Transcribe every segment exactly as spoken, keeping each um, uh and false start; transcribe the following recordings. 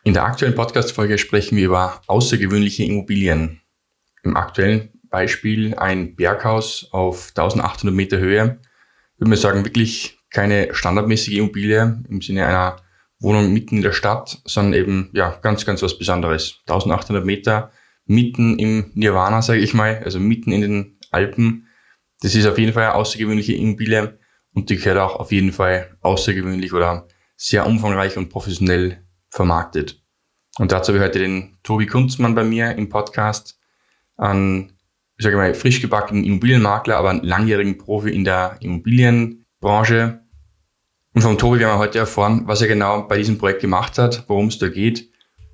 In der aktuellen Podcast-Folge sprechen wir über außergewöhnliche Immobilien. Im aktuellen Beispiel ein Berghaus auf eintausendachthundert Meter Höhe. Würde man sagen, wirklich keine standardmäßige Immobilie im Sinne einer Wohnung mitten in der Stadt, sondern eben ja ganz, ganz was Besonderes. eintausendachthundert Meter mitten im Nirvana, sage ich mal, also mitten in den Alpen. Das ist auf jeden Fall eine außergewöhnliche Immobilie und die gehört auch auf jeden Fall außergewöhnlich oder sehr umfangreich und professionell vermarktet. Und dazu habe ich heute den Tobi Kunzmann bei mir im Podcast, einen, ich sage mal, frisch gebackenen Immobilienmakler, aber einen langjährigen Profi in der Immobilienbranche. Und vom Tobi werden wir heute erfahren, was er genau bei diesem Projekt gemacht hat, worum es da geht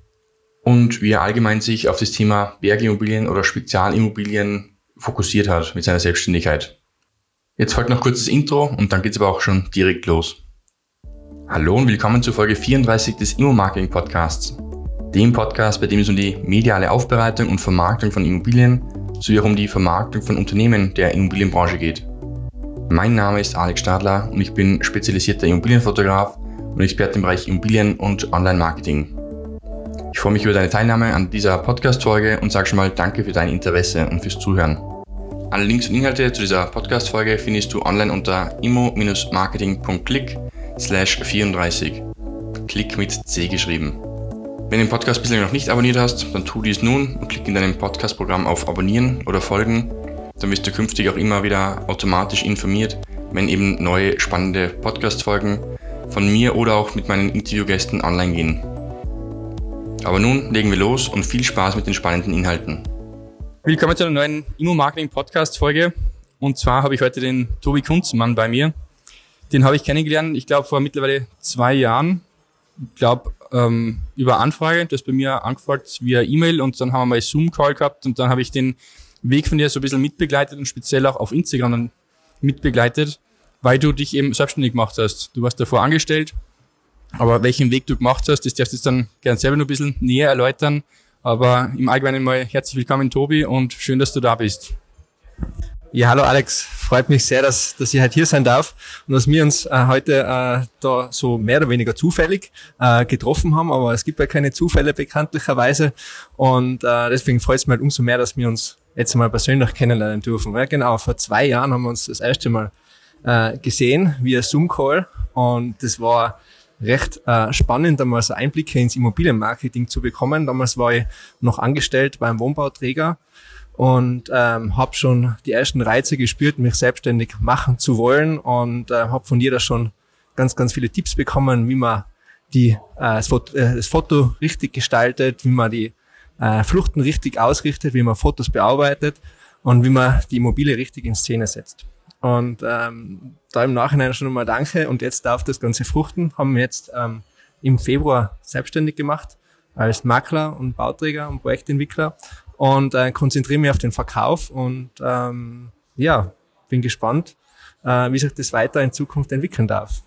und wie er allgemein sich auf das Thema Bergimmobilien oder Spezialimmobilien fokussiert hat mit seiner Selbstständigkeit. Jetzt folgt noch kurz das Intro und dann geht es aber auch schon direkt los. Hallo und willkommen zur Folge vierunddreißig des Immo-Marketing-Podcasts, dem Podcast, bei dem es um die mediale Aufbereitung und Vermarktung von Immobilien sowie auch um die Vermarktung von Unternehmen der Immobilienbranche geht. Mein Name ist Alex Stadler und ich bin spezialisierter Immobilienfotograf und Experte im Bereich Immobilien und Online-Marketing. Ich freue mich über deine Teilnahme an dieser Podcast-Folge und sage schon mal Danke für dein Interesse und fürs Zuhören. Alle Links und Inhalte zu dieser Podcast-Folge findest du online unter immo-marketing.click slash vierunddreißig. Klick mit C geschrieben. Wenn du den Podcast bislang noch nicht abonniert hast, dann tu dies nun und klick in deinem Podcast-Programm auf Abonnieren oder Folgen. Dann wirst du künftig auch immer wieder automatisch informiert, wenn eben neue spannende Podcast-Folgen von mir oder auch mit meinen Interviewgästen online gehen. Aber nun legen wir los und viel Spaß mit den spannenden Inhalten. Willkommen zu einer neuen Immo-Marketing-Podcast-Folge. Und zwar habe ich heute den Tobi Kunzmann bei mir. Den habe ich kennengelernt, ich glaube vor mittlerweile zwei Jahren. Ich glaube ähm, über Anfrage, das bei mir angefragt via E-Mail und dann haben wir mal Zoom-Call gehabt und dann habe ich den Weg von dir so ein bisschen mitbegleitet und speziell auch auf Instagram dann mitbegleitet, weil du dich eben selbstständig gemacht hast. Du warst davor angestellt, aber welchen Weg du gemacht hast, das darfst du jetzt dann gerne selber noch ein bisschen näher erläutern. Aber im Allgemeinen mal herzlich willkommen, Tobi, und schön, dass du da bist. Ja, hallo Alex, freut mich sehr, dass, dass ich heute hier sein darf und dass wir uns äh, heute äh, da so mehr oder weniger zufällig äh, getroffen haben, aber es gibt ja keine Zufälle bekanntlicherweise und äh, deswegen freut es mich halt umso mehr, dass wir uns jetzt mal persönlich kennenlernen dürfen. Ja, genau, vor zwei Jahren haben wir uns das erste Mal äh, gesehen via Zoom-Call und das war recht äh, spannend, einmal so Einblicke ins Immobilienmarketing zu bekommen. Damals war ich noch angestellt beim Wohnbauträger und ähm, habe schon die ersten Reize gespürt, mich selbstständig machen zu wollen und äh, habe von dir da schon ganz, ganz viele Tipps bekommen, wie man die äh, das, Foto, äh, das Foto richtig gestaltet, wie man die äh, Fluchten richtig ausrichtet, wie man Fotos bearbeitet und wie man die Immobilie richtig in Szene setzt. Und ähm, da im Nachhinein schon einmal danke und jetzt darf das Ganze fruchten. Haben wir jetzt ähm, im Februar selbstständig gemacht als Makler und Bauträger und Projektentwickler und äh, konzentriere mich auf den Verkauf und ähm, ja, bin gespannt, äh, wie sich das weiter in Zukunft entwickeln darf.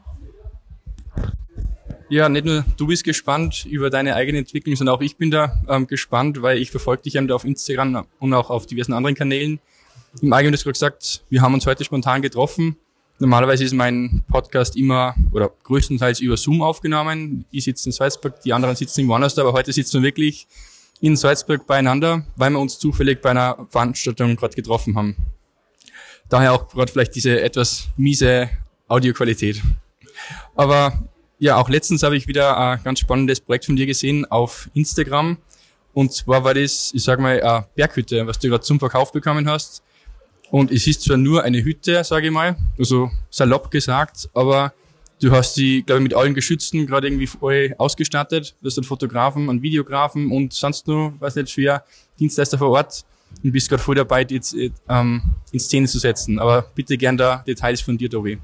Ja, nicht nur du bist gespannt über deine eigene Entwicklung, sondern auch ich bin da ähm, gespannt, weil ich verfolge dich eben da auf Instagram und auch auf diversen anderen Kanälen. Im Allgemeinen hast du gerade gesagt, wir haben uns heute spontan getroffen. Normalerweise ist mein Podcast immer oder größtenteils über Zoom aufgenommen. Ich sitze in Salzburg, die anderen sitzen irgendwo anders, aber heute sitzen wir wirklich in Salzburg beieinander, weil wir uns zufällig bei einer Veranstaltung gerade getroffen haben. Daher auch gerade vielleicht diese etwas miese Audioqualität. Aber ja, auch letztens habe ich wieder ein ganz spannendes Projekt von dir gesehen auf Instagram. Und zwar war das, ich sag mal, eine Berghütte, was du gerade zum Verkauf bekommen hast. Und es ist zwar nur eine Hütte, sage ich mal, also salopp gesagt, aber du hast die, glaube ich, mit allen Geschützen gerade irgendwie voll ausgestattet. Du hast einen Fotografen, einen Videografen und sonst noch, weiß nicht, für Dienstleister vor Ort und bist gerade voll dabei, die jetzt ähm, in Szene zu setzen. Aber bitte gern da Details von dir, Tobi.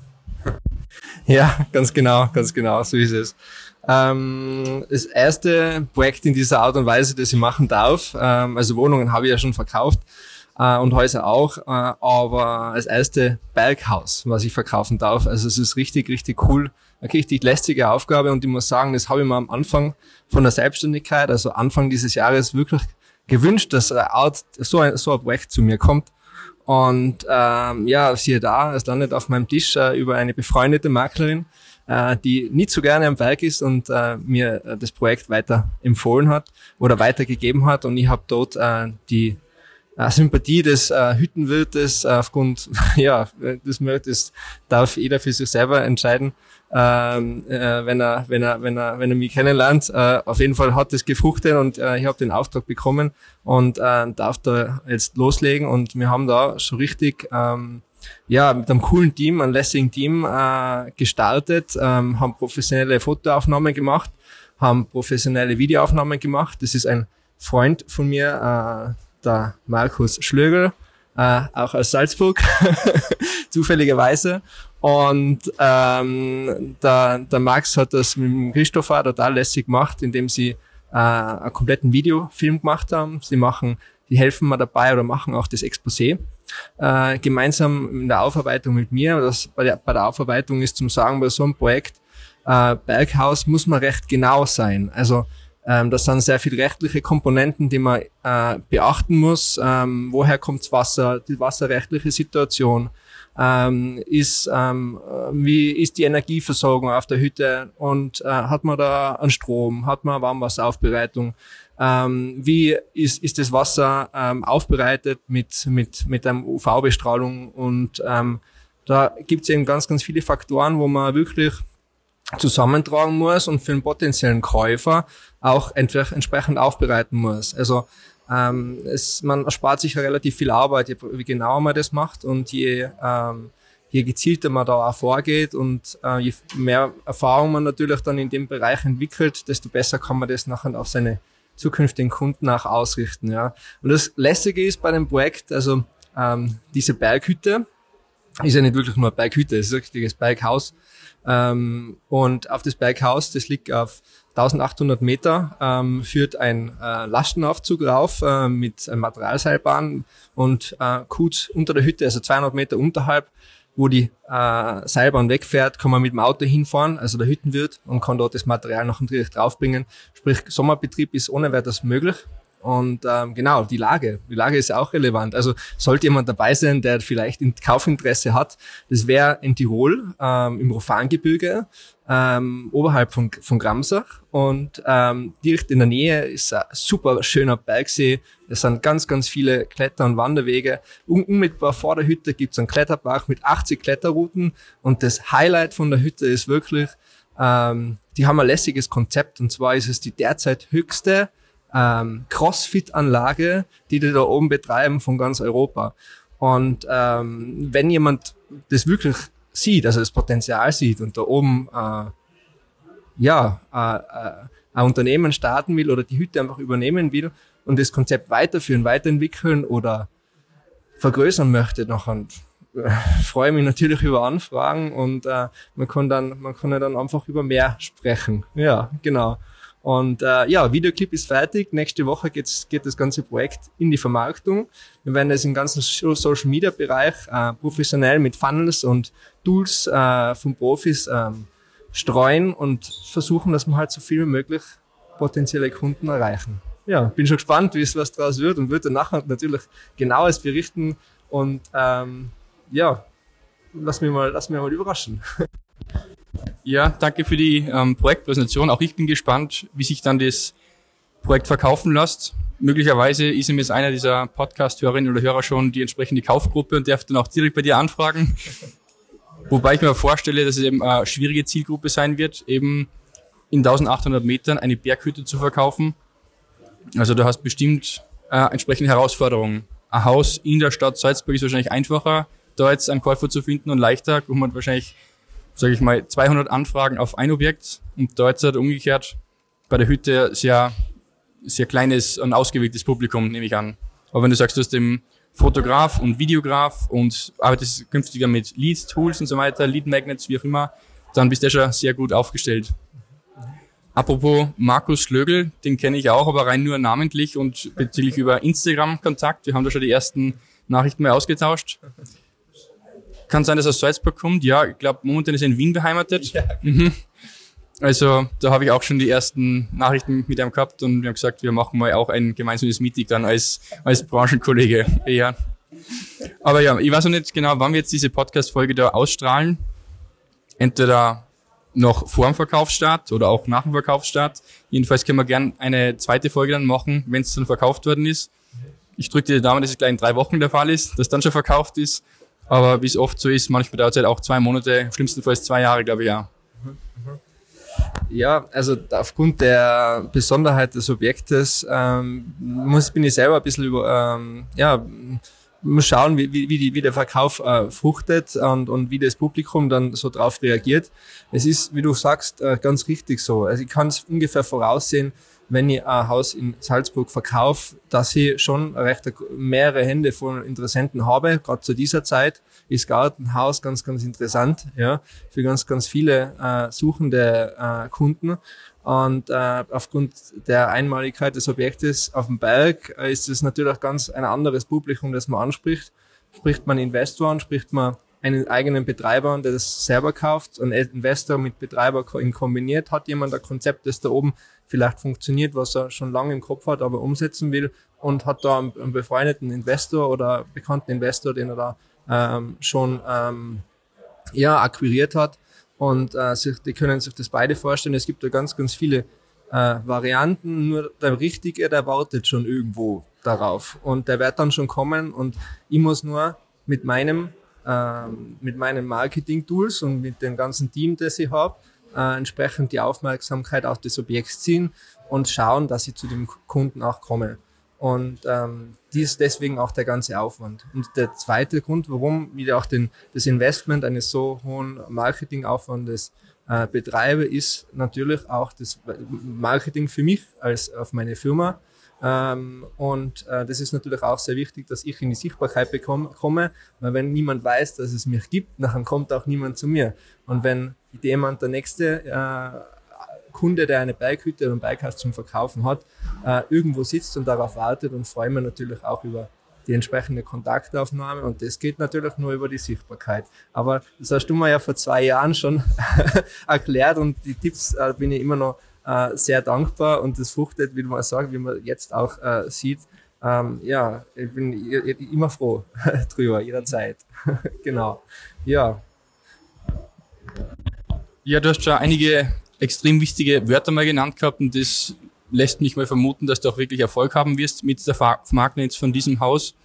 Ja, ganz genau, ganz genau, so ist es. Ähm, das erste Projekt in dieser Art und Weise, das ich machen darf, ähm, also Wohnungen habe ich ja schon verkauft, äh, und Häuser auch, äh, aber das erste Berghaus, was ich verkaufen darf, also es ist richtig, richtig cool, eine richtig lästige Aufgabe und ich muss sagen, das habe ich mir am Anfang von der Selbstständigkeit, also Anfang dieses Jahres wirklich gewünscht, dass eine Art, so ein, so ein Projekt zu mir kommt. Und ähm, ja, siehe da, es landet auf meinem Tisch äh, über eine befreundete Maklerin, äh, die nicht so gerne am Berg ist und äh, mir das Projekt weiter empfohlen hat oder weitergegeben hat. Und ich habe dort äh, die äh, Sympathie des äh, Hüttenwirtes äh, aufgrund ja des Mörders darf jeder für sich selber entscheiden. Ähm, äh, wenn er wenn er wenn er wenn er mich kennenlernt, äh, auf jeden Fall hat es gefruchtet und äh, ich habe den Auftrag bekommen und äh, darf da jetzt loslegen und wir haben da schon richtig ähm, ja mit einem coolen Team, einem lässigen Team äh, gestartet, ähm, haben professionelle Fotoaufnahmen gemacht, haben professionelle Videoaufnahmen gemacht. Das ist ein Freund von mir, äh, der Markus Schlögl, äh, auch aus Salzburg, zufälligerweise. Und ähm, der, der Max hat das mit dem Christopher total lässig gemacht, indem sie äh, einen kompletten Videofilm gemacht haben. Sie machen, die helfen mir dabei oder machen auch das Exposé äh, gemeinsam in der Aufarbeitung mit mir. Das, bei, der, bei der Aufarbeitung ist zum Sagen, bei so einem Projekt äh, Berghaus muss man recht genau sein. Also ähm, das sind sehr viele rechtliche Komponenten, die man äh, beachten muss. Ähm, woher kommt's Wasser, die wasserrechtliche Situation. Ähm, ist ähm, wie ist die Energieversorgung auf der Hütte und äh, hat man da einen Strom, hat man Warmwasseraufbereitung, ähm, wie ist ist das Wasser ähm, aufbereitet mit mit mit einer U V-Bestrahlung und ähm, da gibt's eben ganz ganz viele Faktoren, wo man wirklich zusammentragen muss und für einen potenziellen Käufer auch entsprechend aufbereiten muss. Also Ähm, es, man erspart sich ja relativ viel Arbeit, je, je genauer man das macht und je, ähm, je gezielter man da auch vorgeht und äh, je mehr Erfahrung man natürlich dann in dem Bereich entwickelt, desto besser kann man das nachher auf seine zukünftigen Kunden auch ausrichten. Ja. Und das Lässige ist bei dem Projekt, also ähm, diese Berghütte, ist ja nicht wirklich nur eine Berghütte, es ist ein richtiges Berghaus. Ähm, und auf das Berghaus, das liegt auf eintausendachthundert Meter, ähm, führt ein äh, Lastenaufzug rauf äh, mit äh, Materialseilbahn und äh, kurz unter der Hütte, also zweihundert Meter unterhalb, wo die äh, Seilbahn wegfährt, kann man mit dem Auto hinfahren, also der Hüttenwirt, und kann dort das Material noch direkt draufbringen. Sprich, Sommerbetrieb ist ohne weiteres möglich. Und ähm, genau, die Lage. Die Lage ist auch relevant. Also sollte jemand dabei sein, der vielleicht ein Kaufinteresse hat, das wäre in Tirol, ähm, im Rofangebirge, ähm, oberhalb von, von Gramsach. Und ähm, direkt in der Nähe ist ein super schöner Bergsee. Es sind ganz, ganz viele Kletter- und Wanderwege. Un- unmittelbar vor der Hütte gibt es einen Kletterpark mit achtzig Kletterrouten. Und das Highlight von der Hütte ist wirklich, ähm, die haben ein lässiges Konzept. Und zwar ist es die derzeit höchste Ähm, Crossfit-Anlage, die die da oben betreiben von ganz Europa. Und ähm, wenn jemand das wirklich sieht, also das Potenzial sieht und da oben äh, ja äh, äh, ein Unternehmen starten will oder die Hütte einfach übernehmen will und das Konzept weiterführen, weiterentwickeln oder vergrößern möchte, nachher äh, freue ich mich natürlich über Anfragen und äh, man kann dann man kann ja dann einfach über mehr sprechen. Ja, genau. Und äh, ja, Videoclip ist fertig. Nächste Woche geht's, geht das ganze Projekt in die Vermarktung. Wir werden das im ganzen Social-Media-Bereich äh, professionell mit Funnels und Tools äh, von Profis ähm, streuen und versuchen, dass wir halt so viel wie möglich potenzielle Kunden erreichen. Ja, bin schon gespannt, wie es was draus wird und würde nachher natürlich genaues berichten. Und ähm, ja, lass mich mal, lass mich mal überraschen. Ja, danke für die ähm, Projektpräsentation. Auch ich bin gespannt, wie sich dann das Projekt verkaufen lässt. Möglicherweise ist ihm jetzt einer dieser Podcast-Hörerinnen oder Hörer schon die entsprechende Kaufgruppe und darf dann auch direkt bei dir anfragen. Wobei ich mir vorstelle, dass es eben eine schwierige Zielgruppe sein wird, eben in eintausendachthundert Metern eine Berghütte zu verkaufen. Also du hast bestimmt äh, entsprechende Herausforderungen. Ein Haus in der Stadt Salzburg ist wahrscheinlich einfacher, da jetzt einen Käufer zu finden und leichter, wo man wahrscheinlich, sage ich mal, zweihundert Anfragen auf ein Objekt und da jetzt halt umgekehrt bei der Hütte sehr, sehr kleines und ausgewähltes Publikum, nehme ich an. Aber wenn du sagst, du hast eben Fotograf und Videograf und arbeitest künftiger mit Lead-Tools und so weiter, Lead-Magnets, wie auch immer, dann bist du ja schon sehr gut aufgestellt. Apropos Markus Schlögl, den kenne ich auch, aber rein nur namentlich und bezüglich über Instagram-Kontakt. Wir haben da schon die ersten Nachrichten mal ausgetauscht. Kann sein, dass er aus Salzburg kommt. Ja, ich glaube, momentan ist er in Wien beheimatet. Ja. Mhm. Also da habe ich auch schon die ersten Nachrichten mit ihm gehabt und wir haben gesagt, wir machen mal auch ein gemeinsames Meeting dann als als Branchenkollege. Ja. Aber ja, ich weiß noch nicht genau, wann wir jetzt diese Podcast-Folge da ausstrahlen. Entweder noch vor dem Verkaufsstart oder auch nach dem Verkaufsstart. Jedenfalls können wir gerne eine zweite Folge dann machen, wenn es dann verkauft worden ist. Ich drücke dir die Daumen, dass es gleich in drei Wochen der Fall ist, dass dann schon verkauft ist. Aber wie es oft so ist, manchmal dauert es halt auch zwei Monate, schlimmstenfalls zwei Jahre, glaube ich, ja. Ja, also aufgrund der Besonderheit des Objektes ähm, muss, bin ich selber ein bisschen über, ähm, ja, muss schauen, wie, wie, die, wie der Verkauf äh, fruchtet und, und wie das Publikum dann so drauf reagiert. Es ist, wie du sagst, äh, ganz richtig so. Also ich kann es ungefähr voraussehen, wenn ich ein Haus in Salzburg verkaufe, dass ich schon recht mehrere Hände von Interessenten habe. Gerade zu dieser Zeit ist Gartenhaus ganz, ganz interessant, ja, für ganz, ganz viele äh, suchende äh, Kunden. Und äh, aufgrund der Einmaligkeit des Objektes auf dem Berg äh, ist es natürlich auch ganz ein anderes Publikum, das man anspricht. Spricht man Investor an, spricht man einen eigenen Betreiber an, der das selber kauft. Ein Investor mit Betreiber kombiniert, hat jemand ein Konzept, das da oben vielleicht funktioniert, was er schon lange im Kopf hat, aber umsetzen will, und hat da einen, einen befreundeten Investor oder bekannten Investor, den er da ähm, schon ähm, ja akquiriert hat. Und äh, sich, die können sich das beide vorstellen. Es gibt da ganz, ganz viele äh, Varianten. Nur der Richtige, der wartet schon irgendwo darauf. Und der wird dann schon kommen. Und ich muss nur mit meinem, äh, mit meinen Marketing-Tools und mit dem ganzen Team, das ich habe, äh, entsprechend die Aufmerksamkeit auf das Objekt ziehen und schauen, dass ich zu dem Kunden auch komme. Und ähm, dies deswegen auch der ganze Aufwand. Und der zweite Grund, warum ich auch den, das Investment eines so hohen Marketingaufwandes äh, betreibe, ist natürlich auch das Marketing für mich als auf meine Firma. Ähm, und äh, das ist natürlich auch sehr wichtig, dass ich in die Sichtbarkeit bekomme, komme, weil wenn niemand weiß, dass es mich gibt, dann kommt auch niemand zu mir. Und wenn jemand der nächste äh, Kunde, der eine Bikehütte oder ein Bikehaus zum Verkaufen hat, äh, irgendwo sitzt und darauf wartet, und freuen wir natürlich auch über die entsprechende Kontaktaufnahme, und das geht natürlich nur über die Sichtbarkeit. Aber das hast du mir ja vor zwei Jahren schon erklärt, und die Tipps äh, bin ich immer noch äh, sehr dankbar, und das fruchtet, wie man sagt, wie man jetzt auch äh, sieht. Ähm, ja, ich bin immer froh drüber, jederzeit. Genau. Ja. Ja, du hast schon einige extrem wichtige Wörter mal genannt gehabt, und das lässt mich mal vermuten, dass du auch wirklich Erfolg haben wirst mit der Vermarktung jetzt von diesem Haus.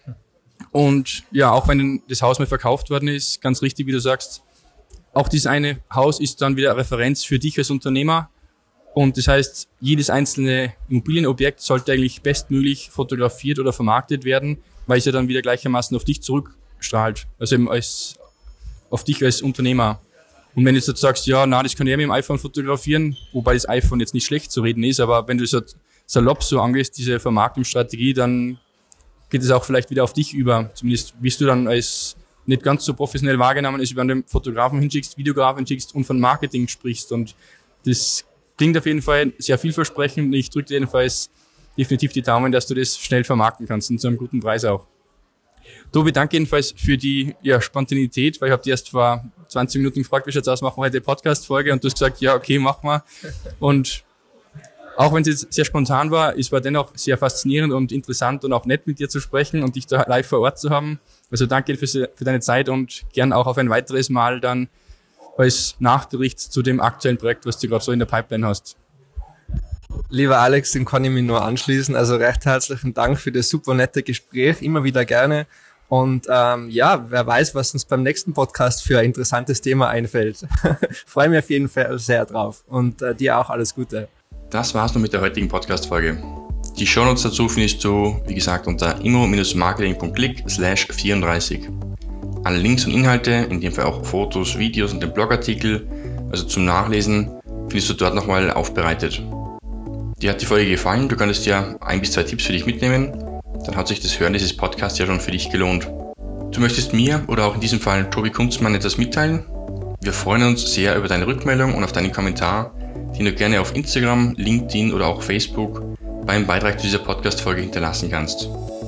Und ja, auch wenn das Haus mal verkauft worden ist, ganz richtig, wie du sagst, auch dieses eine Haus ist dann wieder Referenz für dich als Unternehmer. Und das heißt, jedes einzelne Immobilienobjekt sollte eigentlich bestmöglich fotografiert oder vermarktet werden, weil es ja dann wieder gleichermaßen auf dich zurückstrahlt, also eben als, auf dich als Unternehmer. Und wenn du jetzt sagst, ja, na, das kann ich ja mit dem iPhone fotografieren, wobei das iPhone jetzt nicht schlecht zu reden ist, aber wenn du so salopp so angehst, diese Vermarktungsstrategie, dann geht es auch vielleicht wieder auf dich über. Zumindest wirst du dann als nicht ganz so professionell wahrgenommen, als wenn du einen Fotografen hinschickst, Videografen hinschickst und von Marketing sprichst. Und das klingt auf jeden Fall sehr vielversprechend, und ich drücke dir jedenfalls definitiv die Daumen, dass du das schnell vermarkten kannst und zu einem guten Preis auch. Tobi, danke jedenfalls für die ja, Spontanität, weil ich habe dir erst vor zwanzig Minuten gefragt, wie schaut's aus, machen wir heute eine Podcast-Folge, und du hast gesagt, ja, okay, machen wir. Und auch wenn es jetzt sehr spontan war, es war dennoch sehr faszinierend und interessant und auch nett mit dir zu sprechen und dich da live vor Ort zu haben. Also danke für, für deine Zeit, und gern auch auf ein weiteres Mal dann als Nachbericht zu dem aktuellen Projekt, was du gerade so in der Pipeline hast. Lieber Alex, dem kann ich mich nur anschließen. Also recht herzlichen Dank für das super nette Gespräch, immer wieder gerne. Und ähm, ja, wer weiß, was uns beim nächsten Podcast für ein interessantes Thema einfällt. Freue mich auf jeden Fall sehr drauf, und äh, dir auch alles Gute. Das war's nun mit der heutigen Podcast-Folge. Die Shownotes dazu findest du, wie gesagt, unter immo-marketing.click slash vierunddreißig. Alle Links und Inhalte, in dem Fall auch Fotos, Videos und den Blogartikel, also zum Nachlesen, findest du dort nochmal aufbereitet. Dir hat die Folge gefallen, du könntest ja ein bis zwei Tipps für dich mitnehmen, dann hat sich das Hören dieses Podcasts ja schon für dich gelohnt. Du möchtest mir oder auch in diesem Fall Tobi Kunzmann etwas mitteilen? Wir freuen uns sehr über deine Rückmeldung und auf deinen Kommentar, den du gerne auf Instagram, LinkedIn oder auch Facebook beim Beitrag zu dieser Podcast-Folge hinterlassen kannst.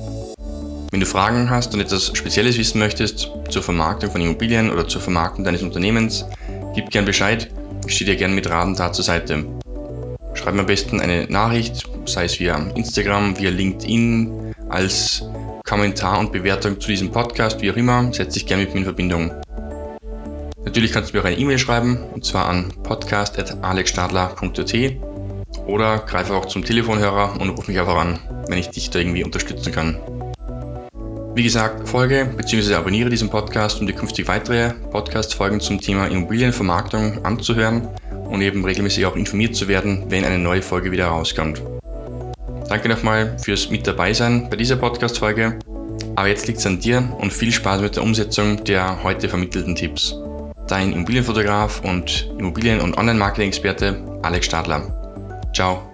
Wenn du Fragen hast und etwas Spezielles wissen möchtest zur Vermarktung von Immobilien oder zur Vermarktung deines Unternehmens, gib gern Bescheid, ich stehe dir gern mit Rat und Tat zur Seite. Schreib mir am besten eine Nachricht, sei es via Instagram, via LinkedIn, als Kommentar und Bewertung zu diesem Podcast, wie auch immer, setz dich gerne mit mir in Verbindung. Natürlich kannst du mir auch eine E-Mail schreiben, und zwar an podcast at alexstadler punkt a t oder greife auch zum Telefonhörer und ruf mich einfach an, wenn ich dich da irgendwie unterstützen kann. Wie gesagt, folge bzw. abonniere diesen Podcast, um dir künftig weitere Podcast-Folgen zum Thema Immobilienvermarktung anzuhören und eben regelmäßig auch informiert zu werden, wenn eine neue Folge wieder rauskommt. Danke nochmal fürs Mit dabei sein bei dieser Podcast-Folge, aber jetzt liegt es an dir und viel Spaß mit der Umsetzung der heute vermittelten Tipps. Dein Immobilienfotograf und Immobilien- und Online-Marketing-Experte Alex Stadler. Ciao.